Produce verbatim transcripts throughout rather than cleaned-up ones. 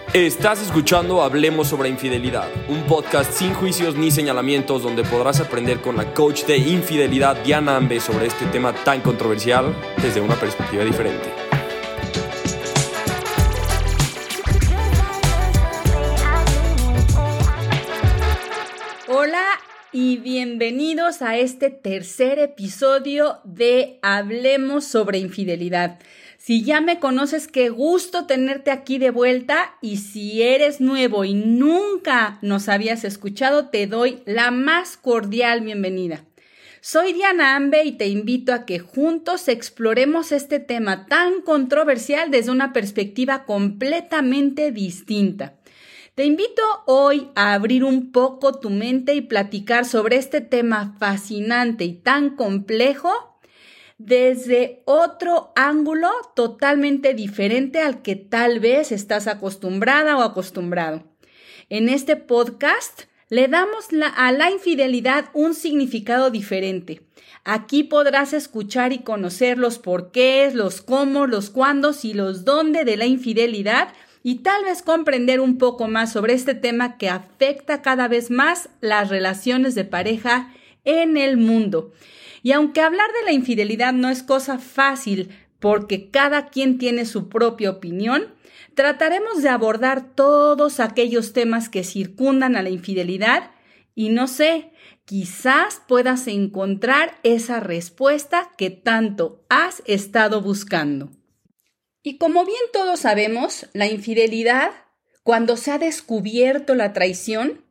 Estás escuchando Hablemos sobre Infidelidad, un podcast sin juicios ni señalamientos donde podrás aprender con la coach de infidelidad Diana Ambe sobre este tema tan controversial desde una perspectiva diferente. Hola y bienvenidos a este tercer episodio de Hablemos sobre Infidelidad. Si ya me conoces, qué gusto tenerte aquí de vuelta, y si eres nuevo y nunca nos habías escuchado, te doy la más cordial bienvenida. Soy Diana Ambe y te invito a que juntos exploremos este tema tan controversial desde una perspectiva completamente distinta. Te invito hoy a abrir un poco tu mente y platicar sobre este tema fascinante y tan complejo desde otro ángulo totalmente diferente al que tal vez estás acostumbrada o acostumbrado. En este podcast le damos la, a la infidelidad un significado diferente. Aquí podrás escuchar y conocer los porqués, los cómo, los cuándos y los dónde de la infidelidad, y tal vez comprender un poco más sobre este tema que afecta cada vez más las relaciones de pareja en el mundo. Y aunque hablar de la infidelidad no es cosa fácil porque cada quien tiene su propia opinión, trataremos de abordar todos aquellos temas que circundan a la infidelidad y no sé, quizás puedas encontrar esa respuesta que tanto has estado buscando. Y como bien todos sabemos, la infidelidad, cuando se ha descubierto la traición,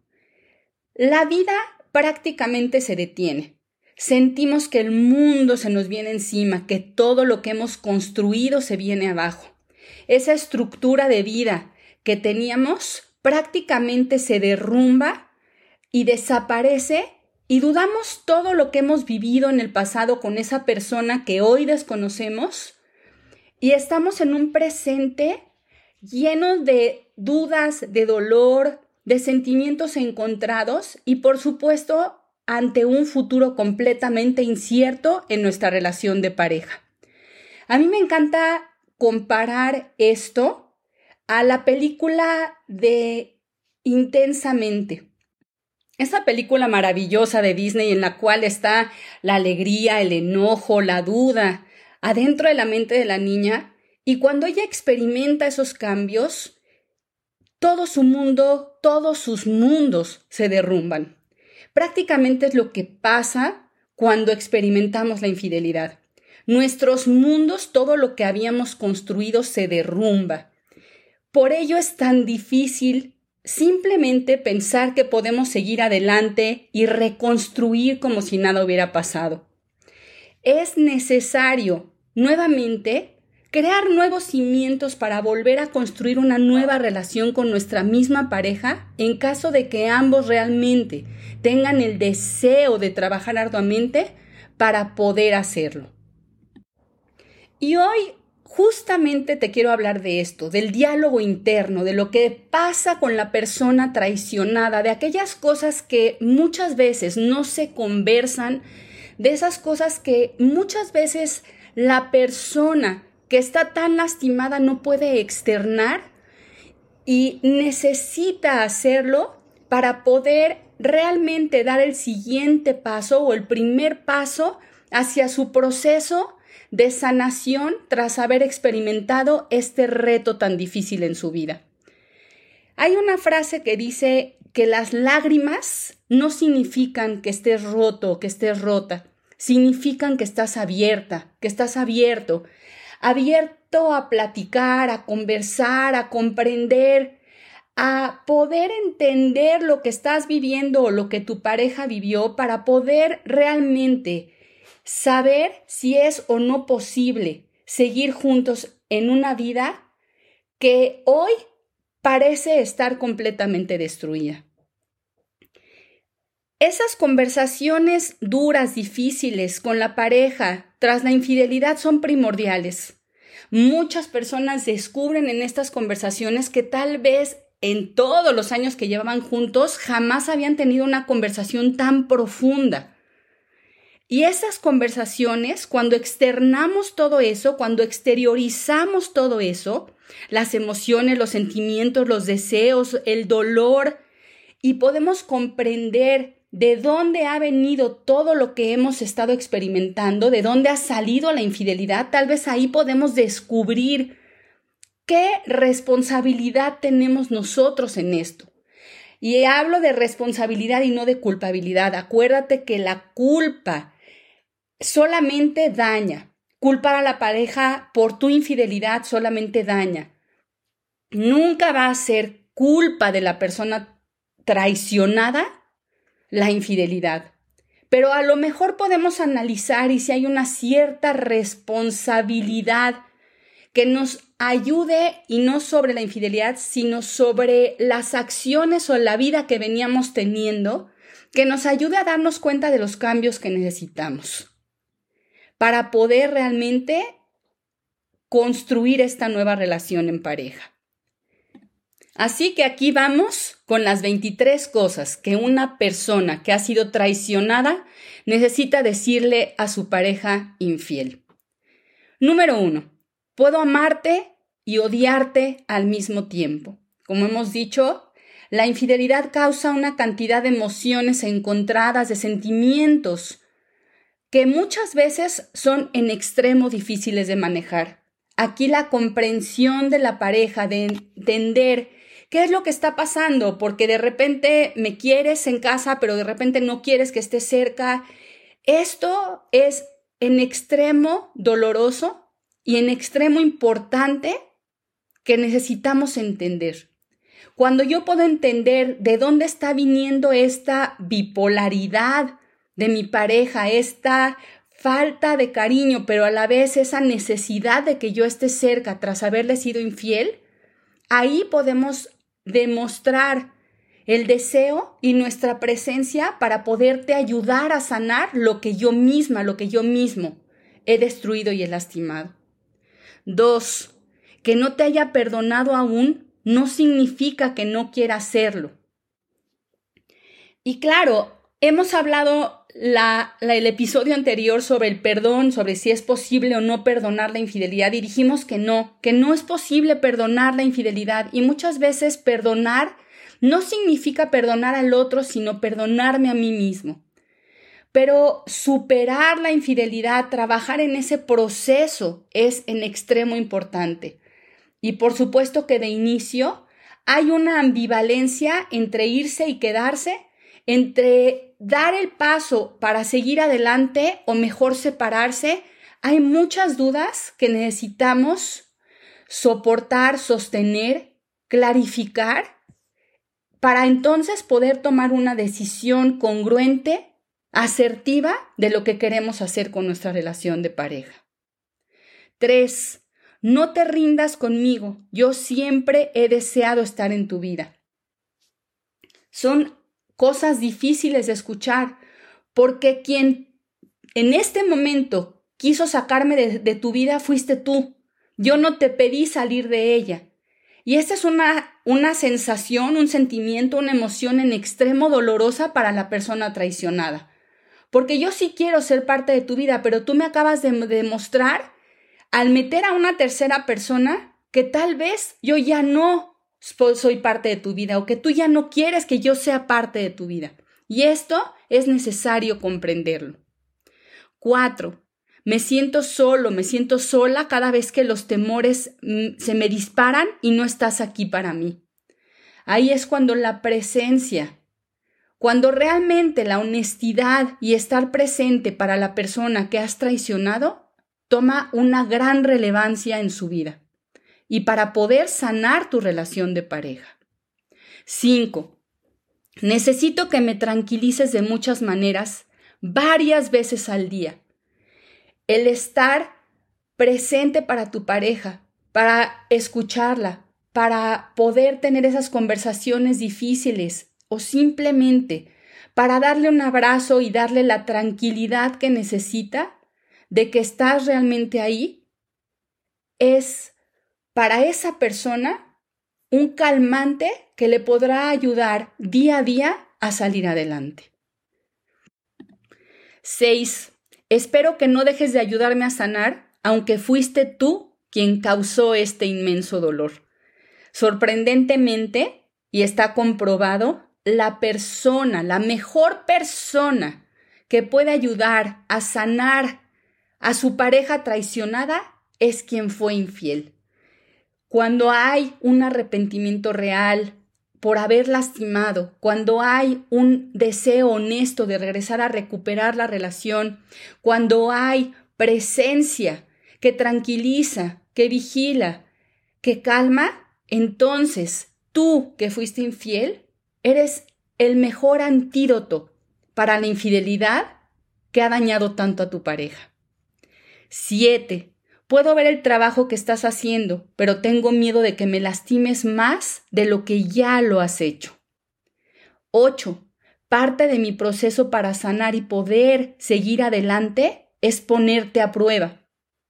la vida prácticamente se detiene. Sentimos que el mundo se nos viene encima, que todo lo que hemos construido se viene abajo. Esa estructura de vida que teníamos prácticamente se derrumba y desaparece, y dudamos todo lo que hemos vivido en el pasado con esa persona que hoy desconocemos, y estamos en un presente lleno de dudas, de dolor, de sentimientos encontrados y, por supuesto, ante un futuro completamente incierto en nuestra relación de pareja. A mí me encanta comparar esto a la película de Intensamente. Esa película maravillosa de Disney en la cual está la alegría, el enojo, la duda adentro de la mente de la niña, y cuando ella experimenta esos cambios, todo su mundo, todos sus mundos se derrumban. Prácticamente es lo que pasa cuando experimentamos la infidelidad. Nuestros mundos, todo lo que habíamos construido se derrumba. Por ello es tan difícil simplemente pensar que podemos seguir adelante y reconstruir como si nada hubiera pasado. Es necesario, nuevamente, crear nuevos cimientos para volver a construir una nueva relación con nuestra misma pareja en caso de que ambos realmente tengan el deseo de trabajar arduamente para poder hacerlo. Y hoy justamente te quiero hablar de esto, del diálogo interno, de lo que pasa con la persona traicionada, de aquellas cosas que muchas veces no se conversan, de esas cosas que muchas veces la persona que está tan lastimada no puede externar y necesita hacerlo para poder realmente dar el siguiente paso o el primer paso hacia su proceso de sanación tras haber experimentado este reto tan difícil en su vida. Hay una frase que dice que las lágrimas no significan que estés roto o que estés rota, significan que estás abierta, que estás abierto, abierto a platicar, a conversar, a comprender, a poder entender lo que estás viviendo o lo que tu pareja vivió para poder realmente saber si es o no posible seguir juntos en una vida que hoy parece estar completamente destruida. Esas conversaciones duras, difíciles con la pareja tras la infidelidad son primordiales. Muchas personas descubren en estas conversaciones que tal vez en todos los años que llevaban juntos jamás habían tenido una conversación tan profunda. Y esas conversaciones, cuando externamos todo eso, cuando exteriorizamos todo eso, las emociones, los sentimientos, los deseos, el dolor, y podemos comprender de dónde ha venido todo lo que hemos estado experimentando, de dónde ha salido la infidelidad, tal vez ahí podemos descubrir qué responsabilidad tenemos nosotros en esto. Y hablo de responsabilidad y no de culpabilidad. Acuérdate que la culpa solamente daña. Culpar a la pareja por tu infidelidad solamente daña. Nunca va a ser culpa de la persona traicionada la infidelidad. Pero a lo mejor podemos analizar y si hay una cierta responsabilidad que nos ayude, y no sobre la infidelidad, sino sobre las acciones o la vida que veníamos teniendo, que nos ayude a darnos cuenta de los cambios que necesitamos para poder realmente construir esta nueva relación en pareja. Así que aquí vamos con las veintitrés cosas que una persona que ha sido traicionada necesita decirle a su pareja infiel. Número uno. Puedo amarte y odiarte al mismo tiempo. Como hemos dicho, la infidelidad causa una cantidad de emociones encontradas, de sentimientos, que muchas veces son en extremo difíciles de manejar. Aquí la comprensión de la pareja, de entender qué es lo que está pasando, porque de repente me quieres en casa, pero de repente no quieres que esté cerca. Esto es en extremo doloroso y en extremo importante que necesitamos entender. Cuando yo puedo entender de dónde está viniendo esta bipolaridad de mi pareja, esta falta de cariño, pero a la vez esa necesidad de que yo esté cerca tras haberle sido infiel, ahí podemos demostrar el deseo y nuestra presencia para poderte ayudar a sanar lo que yo misma, lo que yo mismo he destruido y he lastimado. Dos, que no te haya perdonado aún no significa que no quiera hacerlo. Y claro, hemos hablado la, la, el episodio anterior sobre el perdón, sobre si es posible o no perdonar la infidelidad, y dijimos que no, que no es posible perdonar la infidelidad. Y muchas veces perdonar no significa perdonar al otro, sino perdonarme a mí mismo. Pero superar la infidelidad, trabajar en ese proceso es en extremo importante. Y por supuesto que de inicio hay una ambivalencia entre irse y quedarse, entre dar el paso para seguir adelante o mejor separarse. Hay muchas dudas que necesitamos soportar, sostener, clarificar, para entonces poder tomar una decisión congruente, asertiva de lo que queremos hacer con nuestra relación de pareja. Tres, no te rindas conmigo. Yo siempre he deseado estar en tu vida. Son cosas difíciles de escuchar, porque quien en este momento quiso sacarme de, de tu vida fuiste tú. Yo no te pedí salir de ella. Y esta es una, una sensación, un sentimiento, una emoción en extremo dolorosa para la persona traicionada. Porque yo sí quiero ser parte de tu vida, pero tú me acabas de demostrar al meter a una tercera persona que tal vez yo ya no soy parte de tu vida o que tú ya no quieres que yo sea parte de tu vida. Y esto es necesario comprenderlo. Cuatro, me siento solo, me siento sola cada vez que los temores mm, se me disparan y no estás aquí para mí. Ahí es cuando la presencia, cuando realmente la honestidad y estar presente para la persona que has traicionado toma una gran relevancia en su vida y para poder sanar tu relación de pareja. Cinco, necesito que me tranquilices de muchas maneras, varias veces al día. El estar presente para tu pareja, para escucharla, para poder tener esas conversaciones difíciles, o simplemente para darle un abrazo y darle la tranquilidad que necesita de que estás realmente ahí, es para esa persona un calmante que le podrá ayudar día a día a salir adelante. Seis, espero que no dejes de ayudarme a sanar, aunque fuiste tú quien causó este inmenso dolor. Sorprendentemente, y está comprobado, la persona, la mejor persona que puede ayudar a sanar a su pareja traicionada es quien fue infiel. Cuando hay un arrepentimiento real por haber lastimado, cuando hay un deseo honesto de regresar a recuperar la relación, cuando hay presencia que tranquiliza, que vigila, que calma, entonces tú que fuiste infiel eres el mejor antídoto para la infidelidad que ha dañado tanto a tu pareja. Siete. Puedo ver el trabajo que estás haciendo, pero tengo miedo de que me lastimes más de lo que ya lo has hecho. Ocho. Parte de mi proceso para sanar y poder seguir adelante es ponerte a prueba.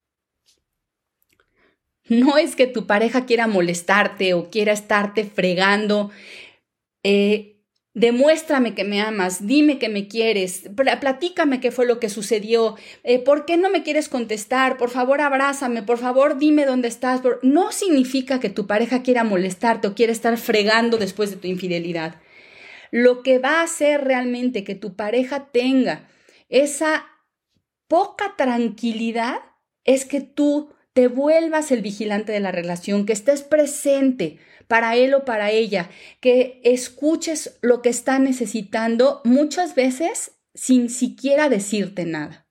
No es que tu pareja quiera molestarte o quiera estarte fregando. Eh, Demuéstrame que me amas, dime que me quieres, platícame qué fue lo que sucedió, eh, ¿por qué no me quieres contestar? Por favor, abrázame, por favor, dime dónde estás. No significa que tu pareja quiera molestarte o quiera estar fregando después de tu infidelidad. Lo que va a hacer realmente que tu pareja tenga esa poca tranquilidad es que tú te vuelvas el vigilante de la relación, que estés presente para él o para ella, que escuches lo que está necesitando muchas veces sin siquiera decirte nada.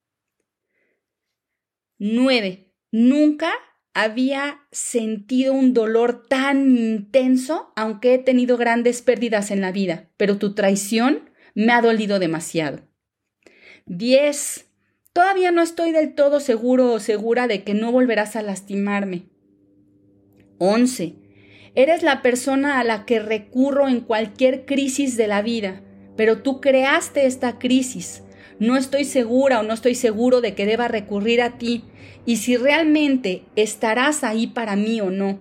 Nueve. Nunca había sentido un dolor tan intenso, aunque he tenido grandes pérdidas en la vida, pero tu traición me ha dolido demasiado. Diez. Todavía no estoy del todo seguro o segura de que no volverás a lastimarme. Once. Eres la persona a la que recurro en cualquier crisis de la vida, pero tú creaste esta crisis. No estoy segura o no estoy seguro de que deba recurrir a ti y si realmente estarás ahí para mí o no.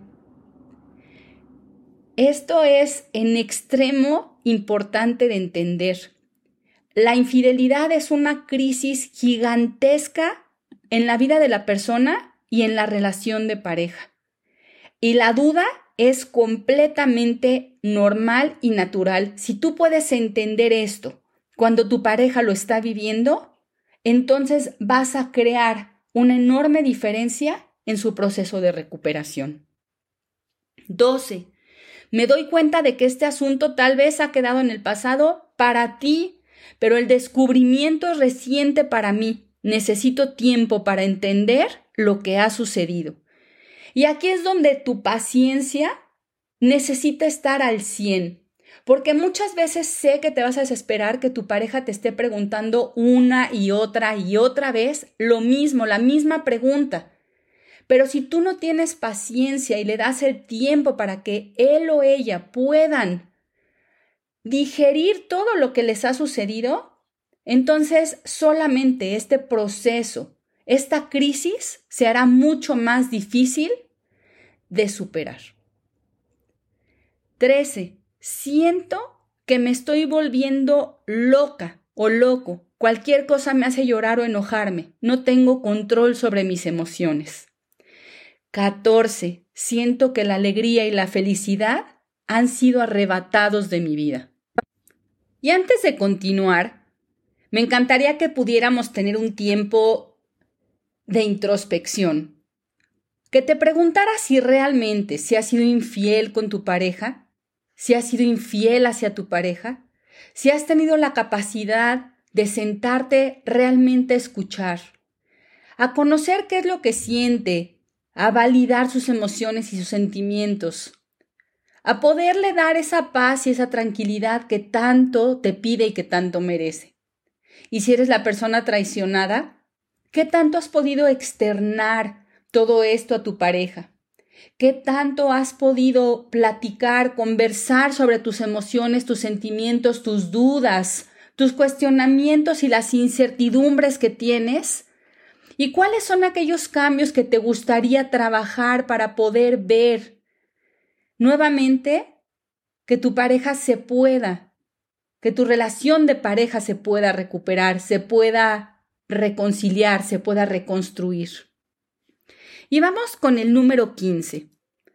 Esto es en extremo importante de entender. La infidelidad es una crisis gigantesca en la vida de la persona y en la relación de pareja. Y la duda es completamente normal y natural. Si tú puedes entender esto cuando tu pareja lo está viviendo, entonces vas a crear una enorme diferencia en su proceso de recuperación. doce. Me doy cuenta de que este asunto tal vez ha quedado en el pasado para ti, pero el descubrimiento es reciente para mí. Necesito tiempo para entender lo que ha sucedido. Y aquí es donde tu paciencia necesita estar al cien, porque muchas veces sé que te vas a desesperar que tu pareja te esté preguntando una y otra y otra vez lo mismo, la misma pregunta. Pero si tú no tienes paciencia y le das el tiempo para que él o ella puedan digerir todo lo que les ha sucedido, entonces solamente este proceso, esta crisis se hará mucho más difícil de superar. trece. Siento que me estoy volviendo loca o loco. Cualquier cosa me hace llorar o enojarme. No tengo control sobre mis emociones. catorce. Siento que la alegría y la felicidad han sido arrebatados de mi vida. Y antes de continuar, me encantaría que pudiéramos tener un tiempo de introspección. Que te preguntaras si realmente si has sido infiel con tu pareja, si has sido infiel hacia tu pareja, si has tenido la capacidad de sentarte realmente a escuchar, a conocer qué es lo que siente, a validar sus emociones y sus sentimientos, a poderle dar esa paz y esa tranquilidad que tanto te pide y que tanto merece. Y si eres la persona traicionada, ¿qué tanto has podido externar todo esto a tu pareja? ¿Qué tanto has podido platicar, conversar sobre tus emociones, tus sentimientos, tus dudas, tus cuestionamientos y las incertidumbres que tienes? ¿Y cuáles son aquellos cambios que te gustaría trabajar para poder ver nuevamente que tu pareja se pueda, que tu relación de pareja se pueda recuperar, se pueda reconciliar, se pueda reconstruir? Y vamos con el número quince.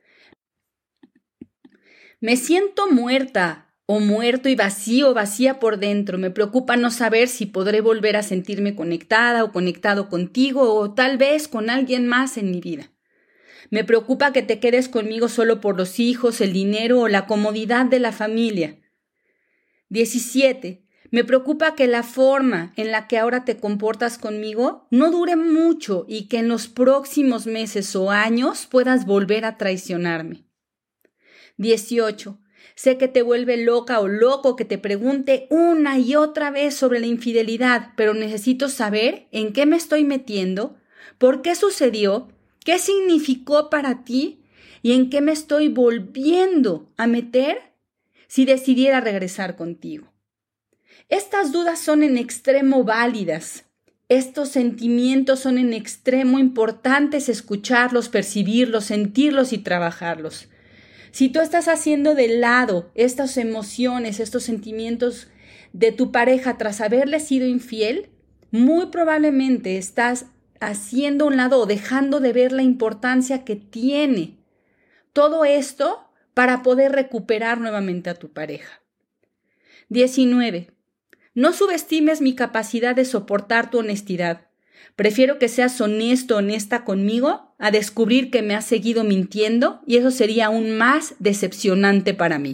Me siento muerta o muerto y vacío, vacía por dentro. Me preocupa no saber si podré volver a sentirme conectada o conectado contigo o tal vez con alguien más en mi vida. Me preocupa que te quedes conmigo solo por los hijos, el dinero o la comodidad de la familia. diecisiete. Me preocupa que la forma en la que ahora te comportas conmigo no dure mucho y que en los próximos meses o años puedas volver a traicionarme. dieciocho. Sé que te vuelve loca o loco que te pregunte una y otra vez sobre la infidelidad, pero necesito saber en qué me estoy metiendo, por qué sucedió, qué significó para ti y en qué me estoy volviendo a meter si decidiera regresar contigo. Estas dudas son en extremo válidas. Estos sentimientos son en extremo importantes escucharlos, percibirlos, sentirlos y trabajarlos. Si tú estás haciendo de lado estas emociones, estos sentimientos de tu pareja tras haberle sido infiel, muy probablemente estás haciendo a un lado o dejando de ver la importancia que tiene todo esto para poder recuperar nuevamente a tu pareja. diecinueve. No subestimes mi capacidad de soportar tu honestidad. Prefiero que seas honesto, honesta conmigo, a descubrir que me has seguido mintiendo y eso sería aún más decepcionante para mí.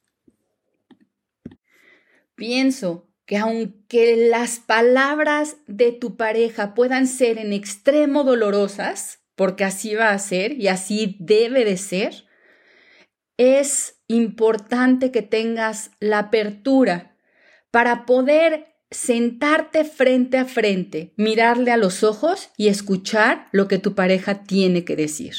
Pienso que aunque las palabras de tu pareja puedan ser en extremo dolorosas, porque así va a ser y así debe de ser, es importante que tengas la apertura para poder sentarte frente a frente, mirarle a los ojos y escuchar lo que tu pareja tiene que decir.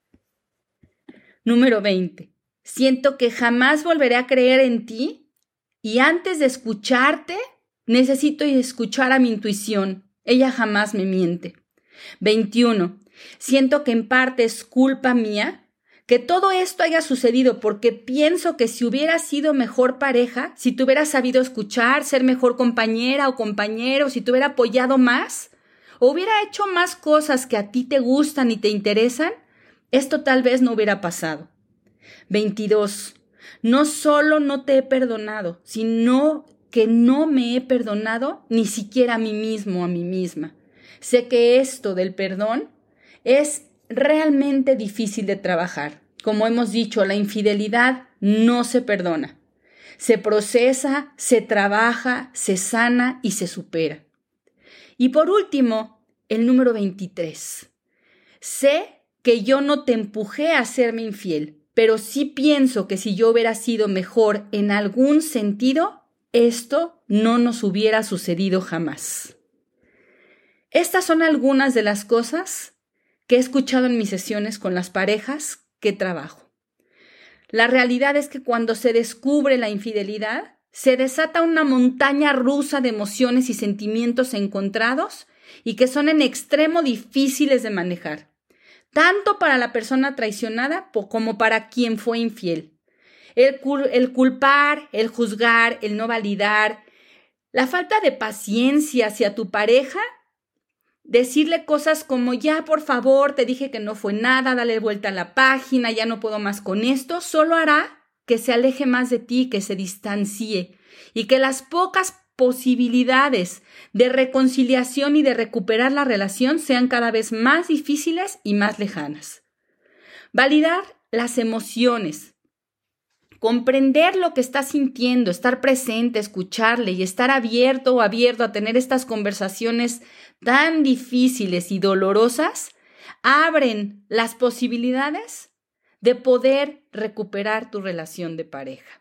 Número veinte. Siento que jamás volveré a creer en ti y antes de escucharte, necesito escuchar a mi intuición. Ella jamás me miente. veintiuno. Siento que en parte es culpa mía que todo esto haya sucedido porque pienso que si hubieras sido mejor pareja, si te hubieras sabido escuchar, ser mejor compañera o compañero, si te hubiera apoyado más, o hubiera hecho más cosas que a ti te gustan y te interesan, esto tal vez no hubiera pasado. veintidós. No solo no te he perdonado, sino que no me he perdonado ni siquiera a mí mismo o a mí misma. Sé que esto del perdón es realmente difícil de trabajar. Como hemos dicho, la infidelidad no se perdona. Se procesa, se trabaja, se sana y se supera. Y por último, el número veintitrés. Sé que yo no te empujé a hacerme infiel, pero sí pienso que si yo hubiera sido mejor en algún sentido, esto no nos hubiera sucedido jamás. Estas son algunas de las cosas que he escuchado en mis sesiones con las parejas que trabajo. La realidad es que cuando se descubre la infidelidad, se desata una montaña rusa de emociones y sentimientos encontrados y que son en extremo difíciles de manejar, tanto para la persona traicionada como para quien fue infiel. El, cul- el culpar, el juzgar, el no validar, la falta de paciencia hacia tu pareja, decirle cosas como ya por favor te dije que no fue nada, dale vuelta a la página, ya no puedo más con esto, solo hará que se aleje más de ti, que se distancie y que las pocas posibilidades de reconciliación y de recuperar la relación sean cada vez más difíciles y más lejanas. Validar las emociones, comprender lo que está sintiendo, estar presente, escucharle y estar abierto o abierto a tener estas conversaciones tan difíciles y dolorosas, abren las posibilidades de poder recuperar tu relación de pareja.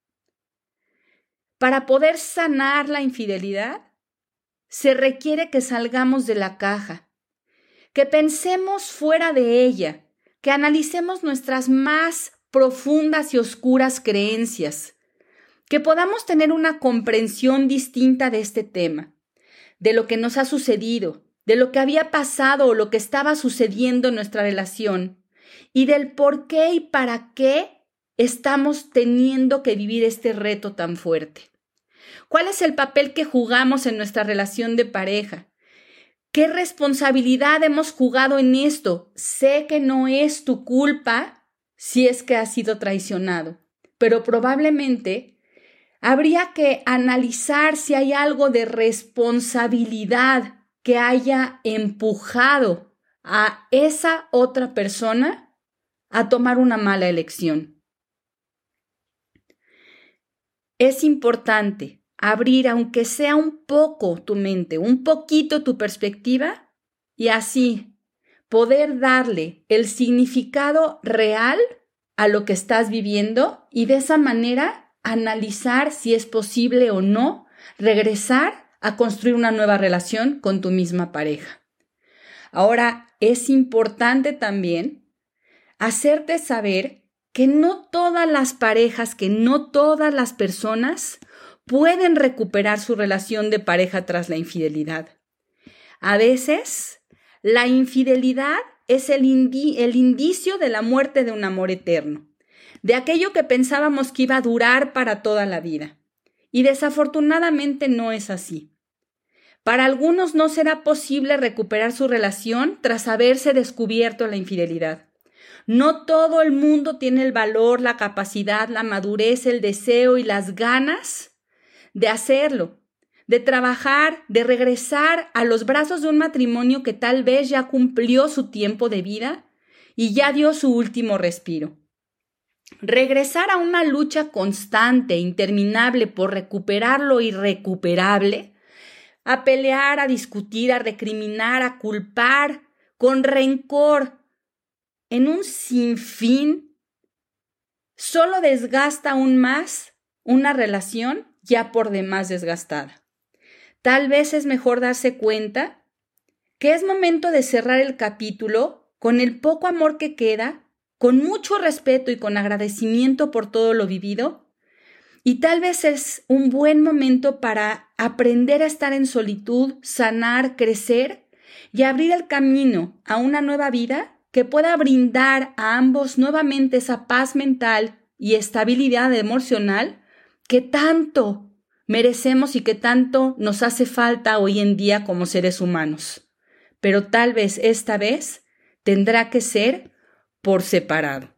Para poder sanar la infidelidad, se requiere que salgamos de la caja, que pensemos fuera de ella, que analicemos nuestras más profundas y oscuras creencias, que podamos tener una comprensión distinta de este tema, de lo que nos ha sucedido, de lo que había pasado o lo que estaba sucediendo en nuestra relación y del por qué y para qué estamos teniendo que vivir este reto tan fuerte. ¿Cuál es el papel que jugamos en nuestra relación de pareja? ¿Qué responsabilidad hemos jugado en esto? Sé que no es tu culpa si es que has sido traicionado, pero probablemente habría que analizar si hay algo de responsabilidad que haya empujado a esa otra persona a tomar una mala elección. Es importante abrir, aunque sea un poco tu mente, un poquito tu perspectiva, y así poder darle el significado real a lo que estás viviendo y de esa manera analizar si es posible o no regresar a construir una nueva relación con tu misma pareja. Ahora, es importante también hacerte saber que no todas las parejas, que no todas las personas pueden recuperar su relación de pareja tras la infidelidad. A veces, la infidelidad es el, indi- el indicio de la muerte de un amor eterno, de aquello que pensábamos que iba a durar para toda la vida. Y desafortunadamente no es así. Para algunos no será posible recuperar su relación tras haberse descubierto la infidelidad. No todo el mundo tiene el valor, la capacidad, la madurez, el deseo y las ganas de hacerlo, de trabajar, de regresar a los brazos de un matrimonio que tal vez ya cumplió su tiempo de vida y ya dio su último respiro. Regresar a una lucha constante e interminable por recuperar lo irrecuperable, a pelear, a discutir, a recriminar, a culpar, con rencor, en un sinfín, solo desgasta aún más una relación ya por demás desgastada. Tal vez es mejor darse cuenta que es momento de cerrar el capítulo con el poco amor que queda, con mucho respeto y con agradecimiento por todo lo vivido, y tal vez es un buen momento para aprender a estar en solitud, sanar, crecer y abrir el camino a una nueva vida que pueda brindar a ambos nuevamente esa paz mental y estabilidad emocional que tanto merecemos y que tanto nos hace falta hoy en día como seres humanos. Pero tal vez esta vez tendrá que ser por separado.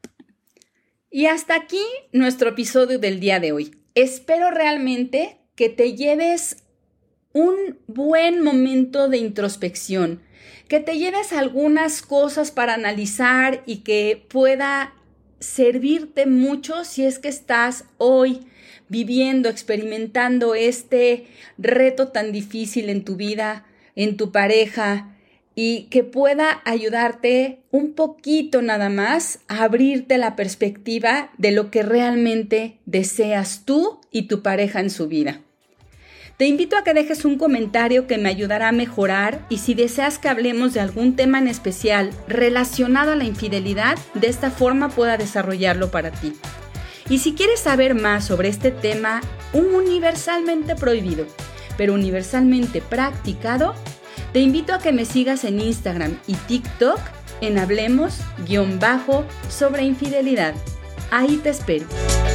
Y hasta aquí nuestro episodio del día de hoy. Espero realmente que te lleves un buen momento de introspección, que te lleves algunas cosas para analizar y que pueda servirte mucho si es que estás hoy viviendo, experimentando este reto tan difícil en tu vida, en tu pareja, y que pueda ayudarte un poquito nada más a abrirte la perspectiva de lo que realmente deseas tú y tu pareja en su vida. Te invito a que dejes un comentario que me ayudará a mejorar, y si deseas que hablemos de algún tema en especial relacionado a la infidelidad, de esta forma pueda desarrollarlo para ti. Y si quieres saber más sobre este tema universalmente prohibido, pero universalmente practicado, te invito a que me sigas en Instagram y TikTok en hablemos guión bajo sobre infidelidad. Ahí te espero.